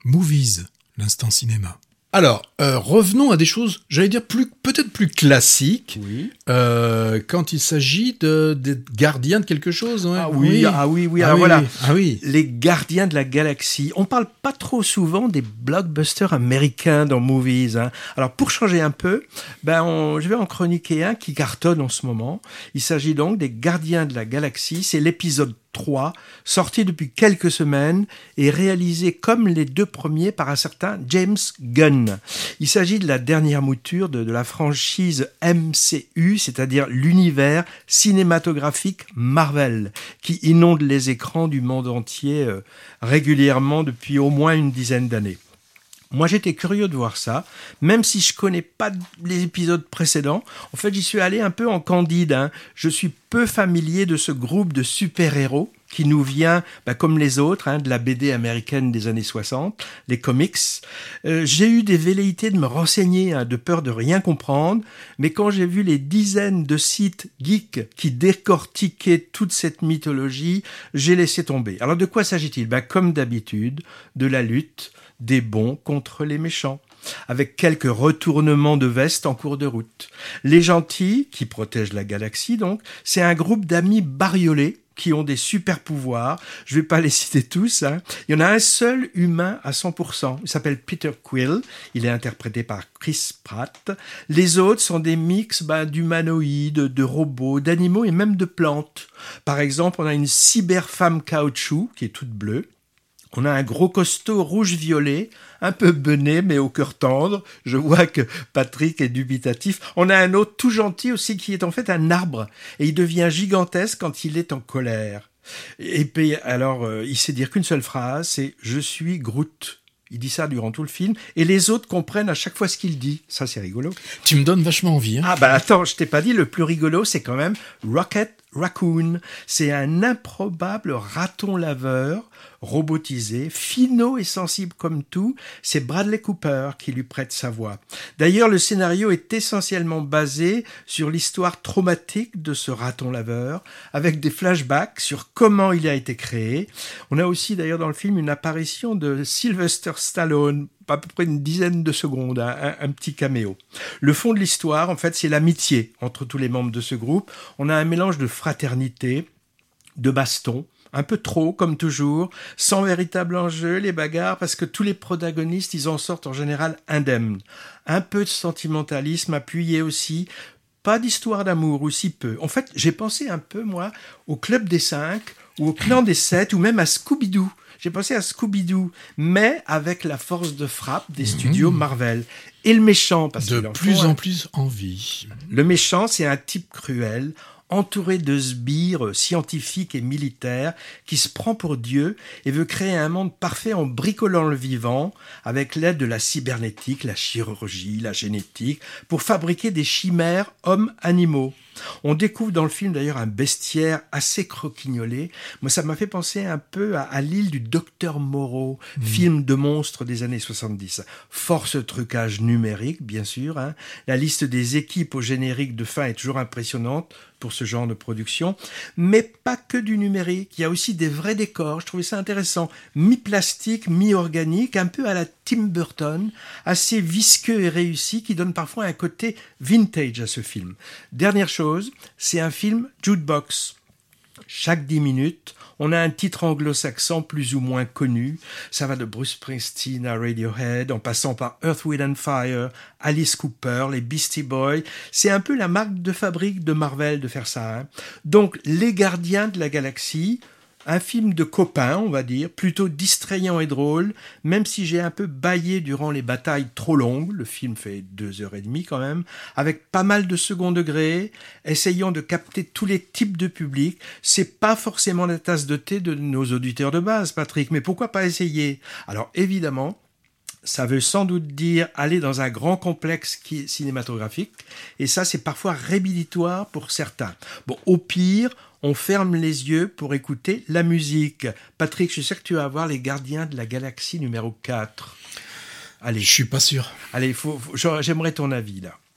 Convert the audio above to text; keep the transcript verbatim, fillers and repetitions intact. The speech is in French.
Movies, l'instant cinéma. Alors, euh, revenons à des choses, j'allais dire, plus, peut-être plus classiques, Oui. euh, quand il s'agit de, de gardiens de quelque chose. Ouais. Ah oui, ah oui, oui. Ah Alors oui, voilà, oui. Ah oui. les gardiens de la galaxie. On parle pas trop souvent des blockbusters américains dans Movies. Hein. Alors pour changer un peu, ben on, je vais en chroniquer un qui cartonne en ce moment. Il s'agit donc des gardiens de la galaxie. C'est l'épisode trois, sorti depuis quelques semaines et réalisé comme les deux premiers par un certain James Gunn. Il s'agit de la dernière mouture de, de la franchise M C U, c'est-à-dire l'univers cinématographique Marvel, qui inonde les écrans du monde entier euh, régulièrement depuis au moins une dizaine d'années. Moi, j'étais curieux de voir ça, même si je connais pas les épisodes précédents. En fait, j'y suis allé un peu en candide. Hein. Je suis peu familier de ce groupe de super-héros qui nous vient, bah, comme les autres, hein, de la B D américaine des années soixante, les comics. Euh, j'ai eu des velléités de me renseigner, hein, de peur de rien comprendre, mais quand j'ai vu les dizaines de sites geeks qui décortiquaient toute cette mythologie, j'ai laissé tomber. Alors, de quoi s'agit-il ? Bah, comme d'habitude, de la lutte des bons contre les méchants, avec quelques retournements de veste en cours de route. Les gentils, qui protègent la galaxie donc, c'est un groupe d'amis bariolés qui ont des super pouvoirs. Je vais pas les citer tous. Hein. Il y en a un seul humain à cent pour cent. Il s'appelle Peter Quill. Il est interprété par Chris Pratt. Les autres sont des mix bah, d'humanoïdes, de robots, d'animaux et même de plantes. Par exemple, on a une cyberfemme caoutchouc qui est toute bleue. On a un gros costaud rouge-violet, un peu bené, mais au cœur tendre. Je vois que Patrick est dubitatif. On a un autre tout gentil aussi, qui est en fait un arbre. Et il devient gigantesque quand il est en colère. Et puis, alors, euh, il sait dire qu'une seule phrase, c'est « Je suis Groot ». Il dit ça durant tout le film. Et les autres comprennent à chaque fois ce qu'il dit. Ça, c'est rigolo. Tu me donnes vachement envie. Hein. Ah bah attends, je t'ai pas dit, le plus rigolo, c'est quand même Rocket Raccoon. C'est un improbable raton laveur, robotisé, finot et sensible comme tout. C'est Bradley Cooper qui lui prête sa voix. D'ailleurs, le scénario est essentiellement basé sur l'histoire traumatique de ce raton laveur, avec des flashbacks sur comment il a été créé. On a aussi d'ailleurs dans le film une apparition de Sylvester Stallone, à peu près une dizaine de secondes, un, un, un petit caméo. Le fond de l'histoire, en fait, c'est l'amitié entre tous les membres de ce groupe. On a un mélange de fraternité, de baston, un peu trop, comme toujours, sans véritable enjeu, les bagarres, parce que tous les protagonistes, ils en sortent en général indemnes. Un peu de sentimentalisme appuyé aussi, pas d'histoire d'amour, ou si peu. En fait, j'ai pensé un peu, moi, au Club des Cinq, ou au Clan des Sept, ou même à Scooby-Doo. J'ai pensé à Scooby-Doo, mais avec la force de frappe des studios Marvel. Et le méchant, parce de qu'il en plus faut, en hein. plus envie. Le méchant, c'est un type cruel, entouré de sbires scientifiques et militaires, qui se prend pour Dieu et veut créer un monde parfait en bricolant le vivant, avec l'aide de la cybernétique, la chirurgie, la génétique, pour fabriquer des chimères hommes-animaux. On découvre dans le film d'ailleurs un bestiaire assez croquignolé. Moi, ça m'a fait penser un peu à, à l'île du Docteur Moreau, mmh. film de monstres des années soixante-dix. Force trucage numérique, bien sûr. Hein. La liste des équipes au générique de fin est toujours impressionnante pour ce genre de production. Mais pas que du numérique. Il y a aussi des vrais décors. Je trouvais ça intéressant. Mi-plastique, mi-organique, un peu à la Tim Burton, assez visqueux et réussi, qui donne parfois un côté vintage à ce film. Dernière chose, c'est un film jukebox. Chaque dix minutes, on a un titre anglo-saxon plus ou moins connu. Ça va de Bruce Springsteen à Radiohead, en passant par Earth, Wind and Fire, Alice Cooper, les Beastie Boys. C'est un peu la marque de fabrique de Marvel de faire ça. Hein. Donc, Les Gardiens de la Galaxie, un film de copains, on va dire, plutôt distrayant et drôle, même si j'ai un peu bâillé durant les batailles trop longues, le film fait deux heures et demie quand même, avec pas mal de second degré, essayant de capter tous les types de public. C'est pas forcément la tasse de thé de nos auditeurs de base, Patrick, mais pourquoi pas essayer ? Alors évidemment, ça veut sans doute dire aller dans un grand complexe qui cinématographique, et ça c'est parfois rédhibitoire pour certains. Bon, au pire, on ferme les yeux pour écouter la musique. Patrick, je sais que tu vas voir Les Gardiens de la Galaxie numéro quatre. Allez. Je suis pas sûr. Allez, faut, faut, j'aimerais ton avis là.